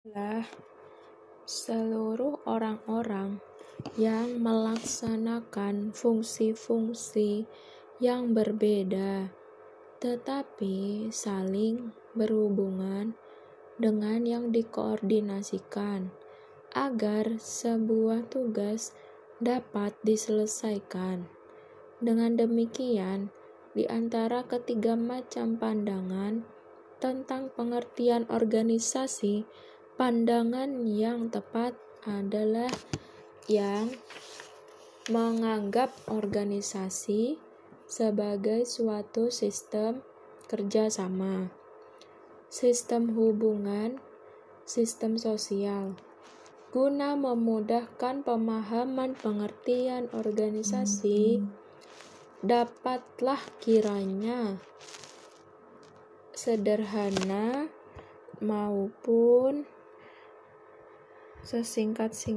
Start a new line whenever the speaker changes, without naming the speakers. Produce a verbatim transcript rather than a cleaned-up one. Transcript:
adalah seluruh orang-orang yang melaksanakan fungsi-fungsi yang berbeda, tetapi saling berhubungan dengan yang dikoordinasikan agar sebuah tugas dapat diselesaikan. Dengan demikian, di antara ketiga macam pandangan tentang pengertian organisasi, pandangan yang tepat adalah yang menganggap organisasi sebagai suatu sistem kerjasama, sistem hubungan, sistem sosial. Guna memudahkan pemahaman pengertian organisasi, dapatlah kiranya sederhana maupun sesingkat-singkatnya